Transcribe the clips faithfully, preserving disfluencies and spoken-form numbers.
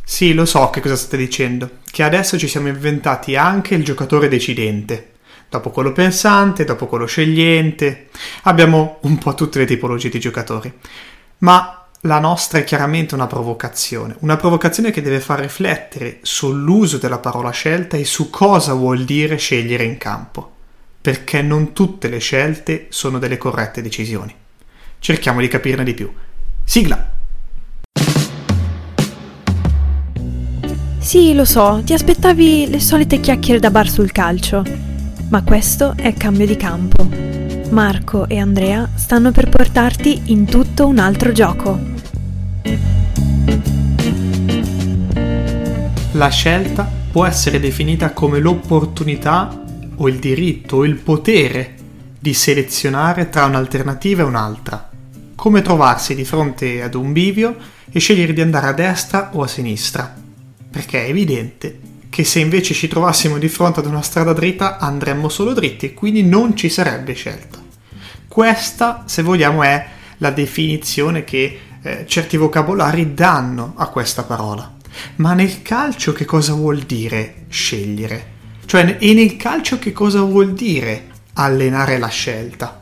Sì, lo so che cosa state dicendo, che adesso ci siamo inventati anche il giocatore decidente. Dopo quello pensante, dopo quello scegliente, abbiamo un po' tutte le tipologie di giocatori. Ma la nostra è chiaramente una provocazione, una provocazione che deve far riflettere sull'uso della parola scelta e su cosa vuol dire scegliere in campo, perché non tutte le scelte sono delle corrette decisioni. Cerchiamo di capirne di più. Sigla! Sì, lo so, ti aspettavi le solite chiacchiere da bar sul calcio, ma questo è Cambio di Campo. Marco e Andrea stanno per portarti in tutto un altro gioco. La scelta può essere definita come l'opportunità o il diritto o il potere di selezionare tra un'alternativa e un'altra, come trovarsi di fronte ad un bivio e scegliere di andare a destra o a sinistra. Perché è evidente che se invece ci trovassimo di fronte ad una strada dritta andremmo solo dritti e quindi non ci sarebbe scelta. Questa, se vogliamo, è la definizione che eh, certi vocabolari danno a questa parola. Ma nel calcio che cosa vuol dire scegliere? Cioè, e nel calcio che cosa vuol dire allenare la scelta?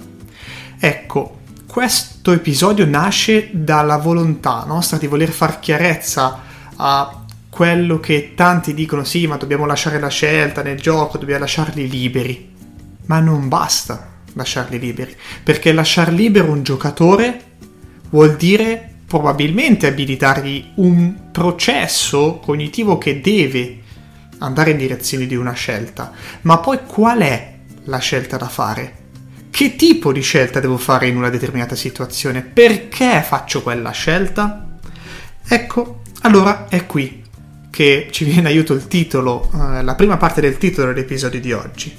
Ecco, questo episodio nasce dalla volontà nostra di voler far chiarezza a quello che tanti dicono: sì, ma dobbiamo lasciare la scelta nel gioco, dobbiamo lasciarli liberi. Ma non basta lasciarli liberi, perché lasciar libero un giocatore vuol dire probabilmente abilitargli un processo cognitivo che deve andare in direzione di una scelta. Ma poi qual è la scelta da fare? Che tipo di scelta devo fare in una determinata situazione? Perché faccio quella scelta? Ecco, allora è qui che ci viene in aiuto il titolo, eh, la prima parte del titolo dell'episodio di oggi.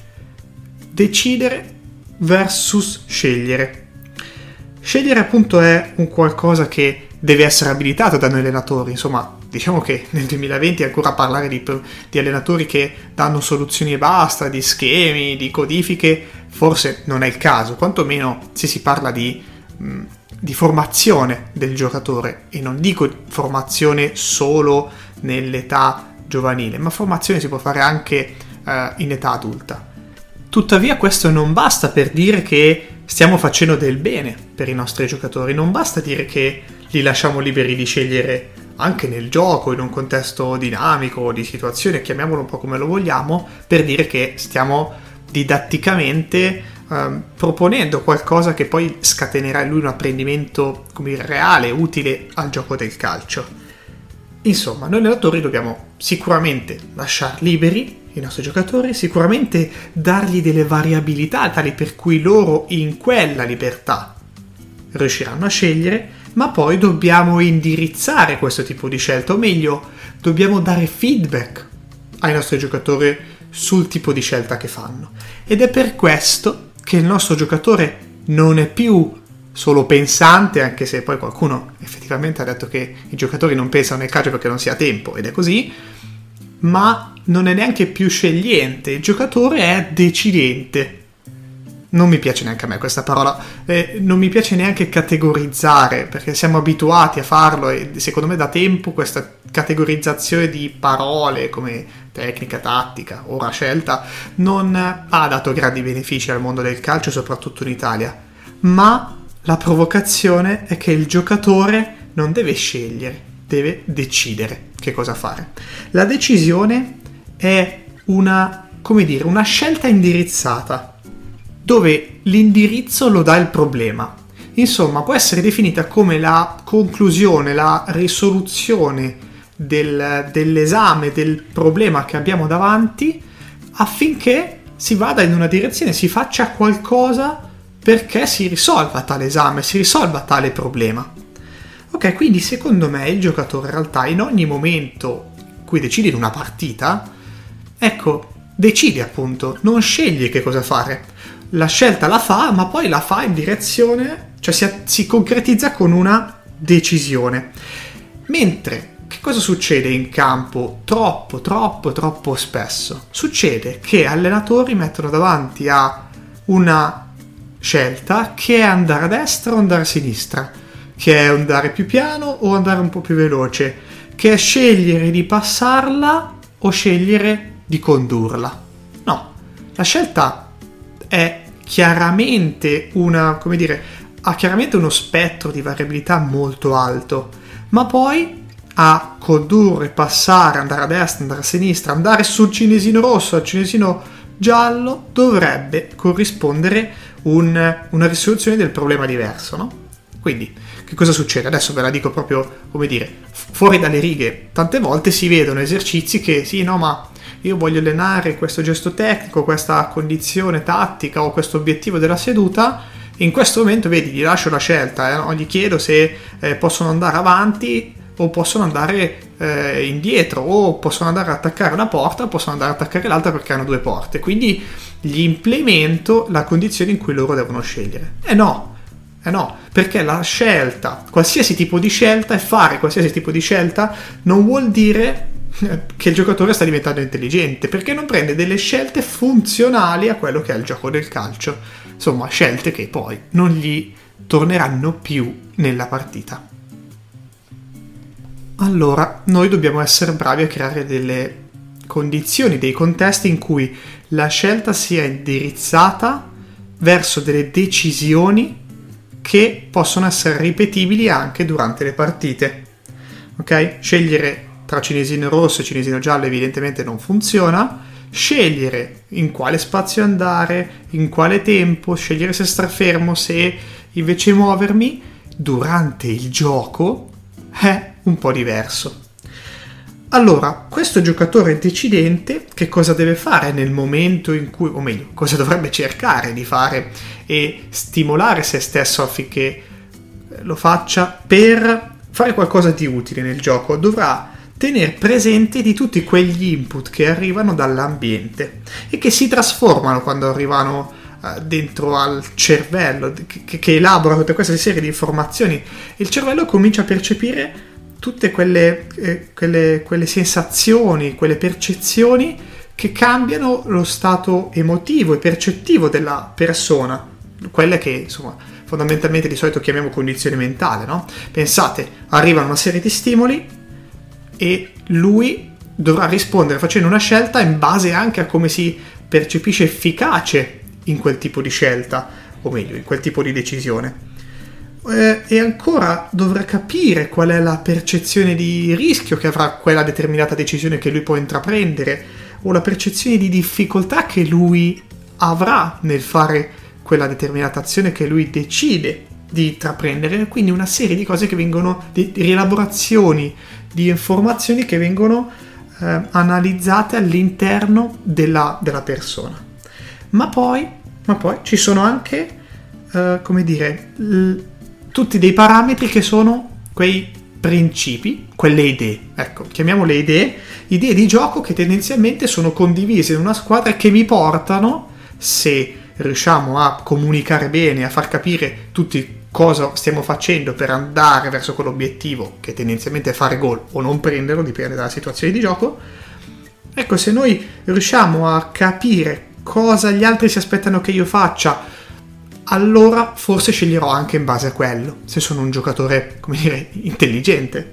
Decidere versus scegliere. Scegliere appunto è un qualcosa che deve essere abilitato da noi allenatori. Insomma, diciamo che nel duemilaventi ancora parlare di, di allenatori che danno soluzioni e basta, di schemi, di codifiche, forse non è il caso, quantomeno se si parla di, mh, di formazione del giocatore, e non dico formazione solo nell'età giovanile, ma formazione si può fare anche eh, in età adulta. Tuttavia questo non basta per dire che stiamo facendo del bene per i nostri giocatori, non basta dire che li lasciamo liberi di scegliere anche nel gioco, in un contesto dinamico, di situazione, chiamiamolo un po' come lo vogliamo, per dire che stiamo didatticamente eh, proponendo qualcosa che poi scatenerà in lui un apprendimento, come dire, reale, utile al gioco del calcio. Insomma, noi allenatori dobbiamo sicuramente lasciar liberi i nostri giocatori, sicuramente dargli delle variabilità tali per cui loro in quella libertà riusciranno a scegliere, ma poi dobbiamo indirizzare questo tipo di scelta, o meglio, dobbiamo dare feedback ai nostri giocatori sul tipo di scelta che fanno. Ed è per questo che il nostro giocatore non è più solo pensante, anche se poi qualcuno effettivamente ha detto che i giocatori non pensano nel calcio perché non si ha tempo, ed è così, ma non è neanche più scegliente, il giocatore è decidente. Non mi piace neanche a me questa parola, eh, non mi piace neanche categorizzare, perché siamo abituati a farlo e secondo me da tempo questa categorizzazione di parole come tecnica, tattica, ora scelta, non ha dato grandi benefici al mondo del calcio, soprattutto in Italia. Ma la provocazione è che il giocatore non deve scegliere, deve decidere che cosa fare. La decisione è una, come dire, una scelta indirizzata, dove l'indirizzo lo dà il problema. Insomma, può essere definita come la conclusione, la risoluzione del, dell'esame, del problema che abbiamo davanti, affinché si vada in una direzione, si faccia qualcosa perché si risolva tale esame, si risolva tale problema. Ok, quindi secondo me il giocatore in realtà in ogni momento in cui decide in una partita, ecco, decide appunto, non sceglie che cosa fare. La scelta la fa, ma poi la fa in direzione, cioè si, si concretizza con una decisione. Mentre, che cosa succede in campo troppo, troppo, troppo spesso? Succede che allenatori mettono davanti a una scelta che è andare a destra o andare a sinistra, che è andare più piano o andare un po' più veloce, che è scegliere di passarla o scegliere di condurla. No, la scelta è chiaramente una, come dire, ha chiaramente uno spettro di variabilità molto alto, ma poi a condurre, passare, andare a destra, andare a sinistra, andare sul cinesino rosso, al cinesino giallo, dovrebbe corrispondere un, una risoluzione del problema diverso, no? Quindi, che cosa succede? Adesso ve la dico proprio, come dire, fuori dalle righe. Tante volte si vedono esercizi che, sì, no, ma io voglio allenare questo gesto tecnico, questa condizione tattica o questo obiettivo della seduta. In questo momento, vedi, gli lascio la scelta, eh, no? Gli chiedo se eh, possono andare avanti o possono andare eh, indietro, o possono andare ad attaccare una porta o possono andare ad attaccare l'altra perché hanno due porte. Quindi gli implemento la condizione in cui loro devono scegliere. Eh no, eh no, perché la scelta, qualsiasi tipo di scelta, e fare qualsiasi tipo di scelta non vuol dire che il giocatore sta diventando intelligente, perché non prende delle scelte funzionali a quello che è il gioco del calcio. Insomma, scelte che poi non gli torneranno più nella partita. Allora, noi dobbiamo essere bravi a creare delle condizioni, dei contesti in cui la scelta sia indirizzata verso delle decisioni che possono essere ripetibili anche durante le partite. Ok? Scegliere tra cinesino rosso e cinesino giallo evidentemente non funziona. Scegliere in quale spazio andare, in quale tempo, scegliere se star fermo, se invece muovermi durante il gioco è un po' diverso. Allora, questo giocatore decidente che cosa deve fare nel momento in cui, o meglio, cosa dovrebbe cercare di fare e stimolare se stesso affinché lo faccia per fare qualcosa di utile nel gioco? Dovrà tenere presente di tutti quegli input che arrivano dall'ambiente e che si trasformano quando arrivano uh, dentro al cervello, che, che elabora tutta questa serie di informazioni. Il cervello comincia a percepire tutte quelle, eh, quelle, quelle sensazioni, quelle percezioni che cambiano lo stato emotivo e percettivo della persona, quelle che insomma fondamentalmente di solito chiamiamo condizione mentale, no? Pensate, arrivano una serie di stimoli e lui dovrà rispondere facendo una scelta in base anche a come si percepisce efficace in quel tipo di scelta, o meglio, in quel tipo di decisione. Eh, e ancora dovrà capire qual è la percezione di rischio che avrà quella determinata decisione che lui può intraprendere, o la percezione di difficoltà che lui avrà nel fare quella determinata azione che lui decide di intraprendere. Quindi una serie di cose che vengono, di rielaborazioni di informazioni che vengono eh, analizzate all'interno della, della persona. Ma poi, ma poi ci sono anche, eh, come dire, l- tutti dei parametri che sono quei principi, quelle idee, ecco, chiamiamole idee, idee di gioco che tendenzialmente sono condivise in una squadra e che mi portano, se riusciamo a comunicare bene, a far capire tutti cosa stiamo facendo per andare verso quell'obiettivo, che tendenzialmente è fare gol o non prenderlo, dipende dalla situazione di gioco. Ecco, se noi riusciamo a capire cosa gli altri si aspettano che io faccia, allora forse sceglierò anche in base a quello, se sono un giocatore, come dire, intelligente.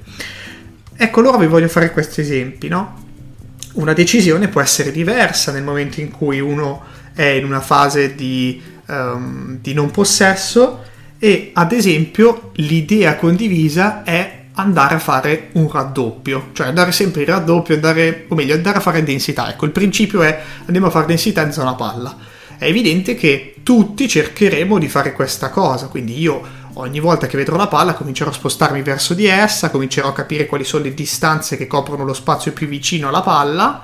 Ecco, allora vi voglio fare questi esempi, no? Una decisione può essere diversa nel momento in cui uno è in una fase di, um, di non possesso e, ad esempio, l'idea condivisa è andare a fare un raddoppio, cioè andare sempre in raddoppio, andare, o meglio, andare a fare densità. Ecco, il principio è andiamo a fare densità in zona palla. È evidente che tutti cercheremo di fare questa cosa, quindi io ogni volta che vedrò la palla comincerò a spostarmi verso di essa, comincerò a capire quali sono le distanze che coprono lo spazio più vicino alla palla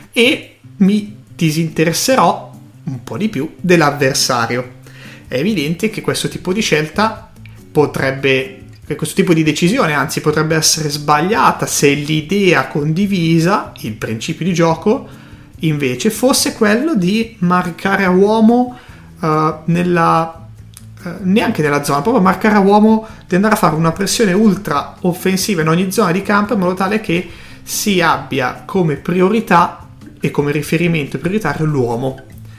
e mi disinteresserò un po' di più dell'avversario. È evidente che questo tipo di scelta potrebbe, che questo tipo di decisione anzi potrebbe essere sbagliata se l'idea condivisa, il principio di gioco, invece fosse quello di marcare a uomo uh, nella uh, neanche nella zona, proprio marcare a uomo, di andare a fare una pressione ultra offensiva in ogni zona di campo in modo tale che si abbia come priorità e come riferimento prioritario l'uomo.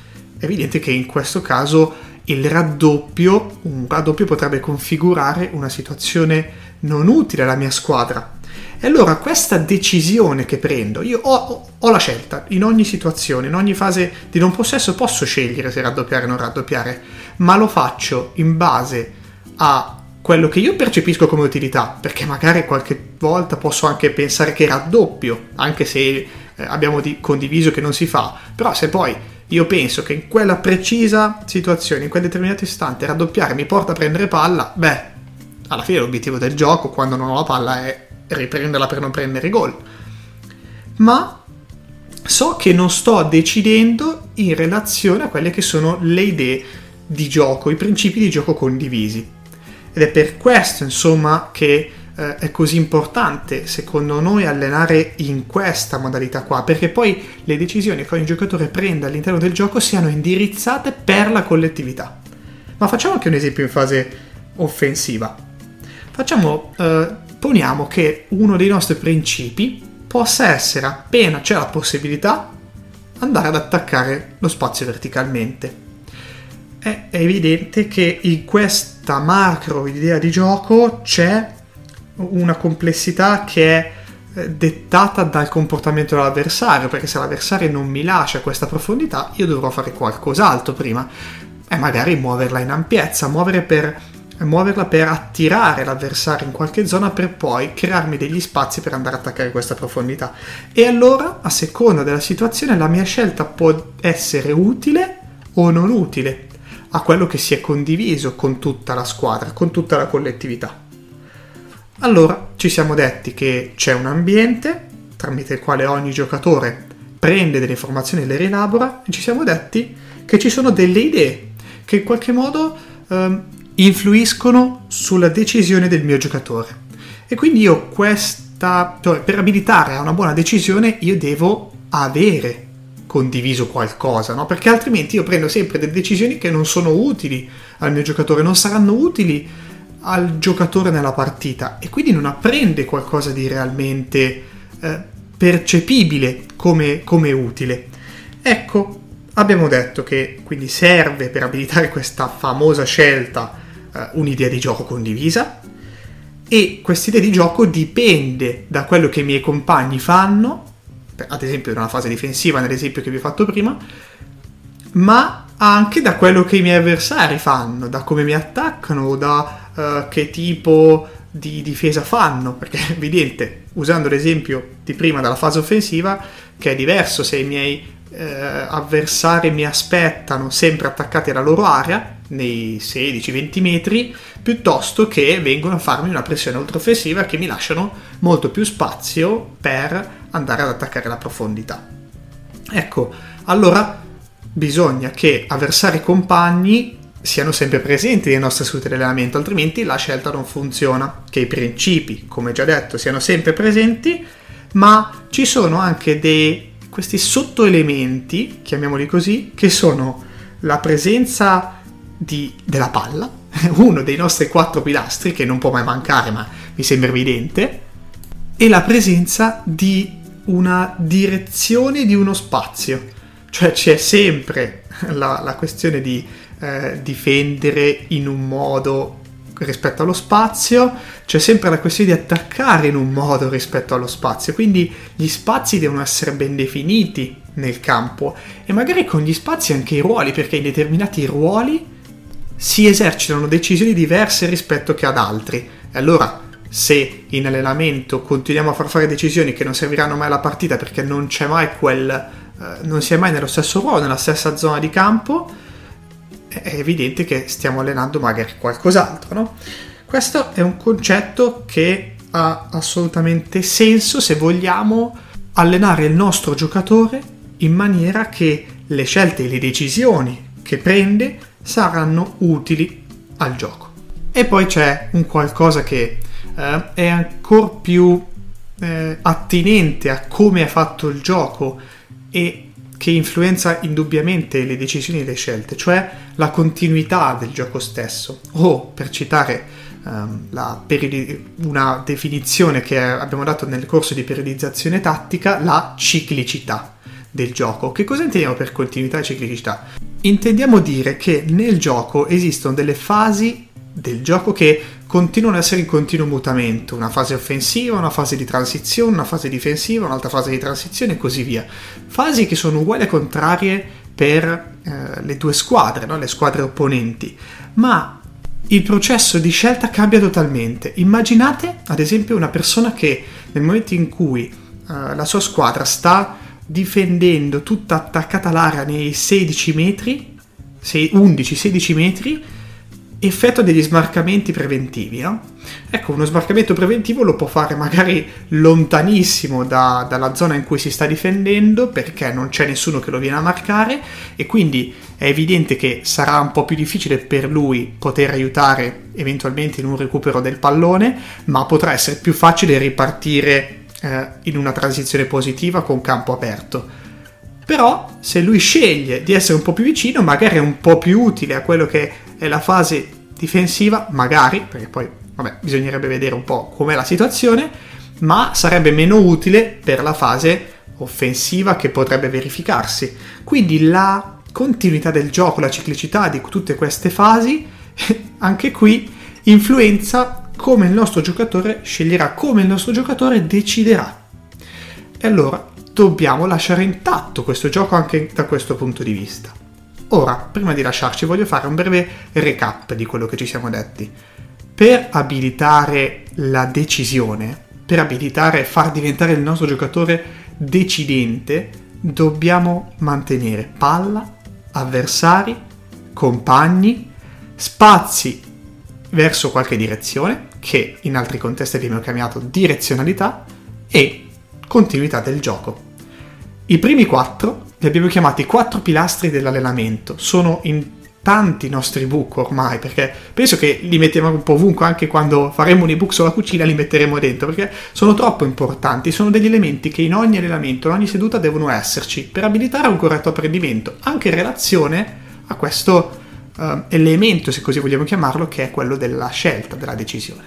È evidente che in questo caso il raddoppio, un raddoppio potrebbe configurare una situazione non utile alla mia squadra, E allora questa decisione che prendo, io ho, ho la scelta in ogni situazione, in ogni fase di non possesso posso scegliere se raddoppiare o non raddoppiare, ma lo faccio in base a quello che io percepisco come utilità, perché magari qualche volta posso anche pensare che raddoppio, anche se eh, abbiamo di, condiviso che non si fa, però se poi io penso che in quella precisa situazione, in quel determinato istante, raddoppiare mi porta a prendere palla, beh, alla fine l'obiettivo del gioco, quando non ho la palla, è riprenderla per non prendere gol. Ma so che non sto decidendo in relazione a quelle che sono le idee di gioco, i principi di gioco condivisi. Ed è per questo, insomma, che eh, è così importante, secondo noi, allenare in questa modalità qua, perché poi le decisioni che ogni giocatore prende all'interno del gioco siano indirizzate per la collettività. Ma facciamo anche un esempio in fase offensiva. Facciamo, eh, poniamo che uno dei nostri principi possa essere, appena c'è la possibilità, andare ad attaccare lo spazio verticalmente. È evidente che in questa macro idea di gioco c'è una complessità che è dettata dal comportamento dell'avversario, perché se l'avversario non mi lascia questa profondità, io dovrò fare qualcos'altro prima, e magari muoverla in ampiezza, muovere per, muoverla per attirare l'avversario in qualche zona per poi crearmi degli spazi per andare a attaccare questa profondità. E allora, a seconda della situazione, la mia scelta può essere utile o non utile a quello che si è condiviso con tutta la squadra, con tutta la collettività. Allora ci siamo detti che c'è un ambiente tramite il quale ogni giocatore prende delle informazioni e le rielabora, e ci siamo detti che ci sono delle idee che in qualche modo eh, influiscono sulla decisione del mio giocatore. E quindi io questa, cioè, per abilitare a una buona decisione io devo avere condiviso qualcosa, no? Perché altrimenti io prendo sempre delle decisioni che non sono utili al mio giocatore, non saranno utili al giocatore nella partita, e quindi non apprende qualcosa di realmente eh, percepibile come, come utile. Ecco, abbiamo detto che quindi serve per abilitare questa famosa scelta eh, un'idea di gioco condivisa, e quest'idea di gioco dipende da quello che i miei compagni fanno, ad esempio in una fase difensiva, nell'esempio che vi ho fatto prima, ma anche da quello che i miei avversari fanno, da come mi attaccano o da uh, che tipo di difesa fanno, perché è evidente, usando l'esempio di prima della fase offensiva, che è diverso se i miei eh, avversari mi aspettano sempre attaccati alla loro area, nei sedici venti metri, piuttosto che vengono a farmi una pressione ultraoffensiva che mi lasciano molto più spazio per andare ad attaccare la profondità. Ecco, allora bisogna che avversari compagni siano sempre presenti nelle nostre sedute di allenamento, altrimenti la scelta non funziona. Che i principi, come già detto, siano sempre presenti, ma ci sono anche dei questi sottoelementi, chiamiamoli così, che sono la presenza di, della palla, uno dei nostri quattro pilastri che non può mai mancare, ma mi sembra evidente, e la presenza di una direzione di uno spazio. Cioè c'è sempre la, la questione di eh, difendere in un modo rispetto allo spazio, c'è sempre la questione di attaccare in un modo rispetto allo spazio, quindi gli spazi devono essere ben definiti nel campo, e magari con gli spazi anche i ruoli, perché in determinati ruoli si esercitano decisioni diverse rispetto che ad altri. E allora, se in allenamento continuiamo a far fare decisioni che non serviranno mai alla partita perché non c'è mai quel eh, non si è mai nello stesso ruolo, nella stessa zona di campo, è evidente che stiamo allenando magari qualcos'altro, no? Questo è un concetto che ha assolutamente senso se vogliamo allenare il nostro giocatore in maniera che le scelte e le decisioni che prende saranno utili al gioco. E poi c'è un qualcosa che eh, è ancora più eh, attinente a come è fatto il gioco e che influenza indubbiamente le decisioni e le scelte, cioè la continuità del gioco stesso, o per citare um, la periodi- una definizione che abbiamo dato nel corso di periodizzazione tattica, la ciclicità del gioco. Che cosa intendiamo per continuità e ciclicità? Intendiamo dire che nel gioco esistono delle fasi del gioco che continuano ad essere in continuo mutamento, una fase offensiva, una fase di transizione, una fase difensiva, un'altra fase di transizione e così via. Fasi che sono uguali e contrarie per eh, le due squadre, no? Le squadre opponenti, ma il processo di scelta cambia totalmente. Immaginate ad esempio una persona che nel momento in cui eh, la sua squadra sta difendendo tutta attaccata all'area nei sedici metri, undici sedici metri, effettua degli smarcamenti preventivi, no? Ecco, uno smarcamento preventivo lo può fare magari lontanissimo da, dalla zona in cui si sta difendendo, perché non c'è nessuno che lo viene a marcare, e quindi è evidente che sarà un po' più difficile per lui poter aiutare eventualmente in un recupero del pallone, ma potrà essere più facile ripartire eh, in una transizione positiva con campo aperto. Però se lui sceglie di essere un po' più vicino, magari è un po' più utile a quello che è la fase difensiva, magari, perché poi vabbè, bisognerebbe vedere un po' com'è la situazione, ma sarebbe meno utile per la fase offensiva che potrebbe verificarsi. Quindi la continuità del gioco, la ciclicità di tutte queste fasi, anche qui influenza come il nostro giocatore sceglierà, come il nostro giocatore deciderà. E allora dobbiamo lasciare intatto questo gioco anche da questo punto di vista. Ora, prima di lasciarci, voglio fare un breve recap di quello che ci siamo detti. Per abilitare la decisione, per abilitare e far diventare il nostro giocatore decidente, dobbiamo mantenere palla, avversari, compagni, spazi verso qualche direzione, che in altri contesti abbiamo chiamato direzionalità, e continuità del gioco. I primi quattro li abbiamo chiamati quattro pilastri dell'allenamento. Sono in tanti nostri book ormai, perché penso che li mettiamo un po' ovunque, anche quando faremo un ebook sulla cucina li metteremo dentro, perché sono troppo importanti, sono degli elementi che in ogni allenamento, in ogni seduta devono esserci per abilitare un corretto apprendimento, anche in relazione a questo uh, elemento, se così vogliamo chiamarlo, che è quello della scelta, della decisione.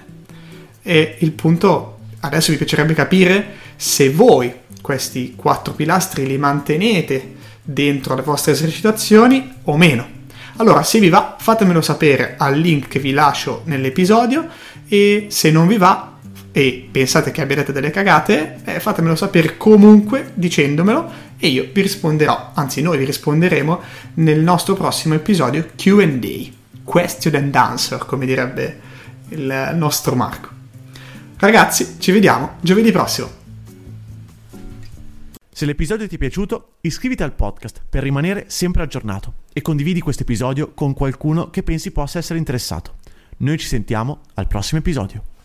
E il punto, adesso mi piacerebbe capire se voi questi quattro pilastri li mantenete dentro le vostre esercitazioni o meno. Allora, se vi va, fatemelo sapere al link che vi lascio nell'episodio, e se non vi va e pensate che abbiate delle cagate, eh, fatemelo sapere comunque dicendomelo, e io vi risponderò, anzi noi vi risponderemo nel nostro prossimo episodio Q and A, question and answer, come direbbe il nostro Marco. Ragazzi, ci vediamo giovedì prossimo. Se l'episodio ti è piaciuto, iscriviti al podcast per rimanere sempre aggiornato e condividi questo episodio con qualcuno che pensi possa essere interessato. Noi ci sentiamo al prossimo episodio.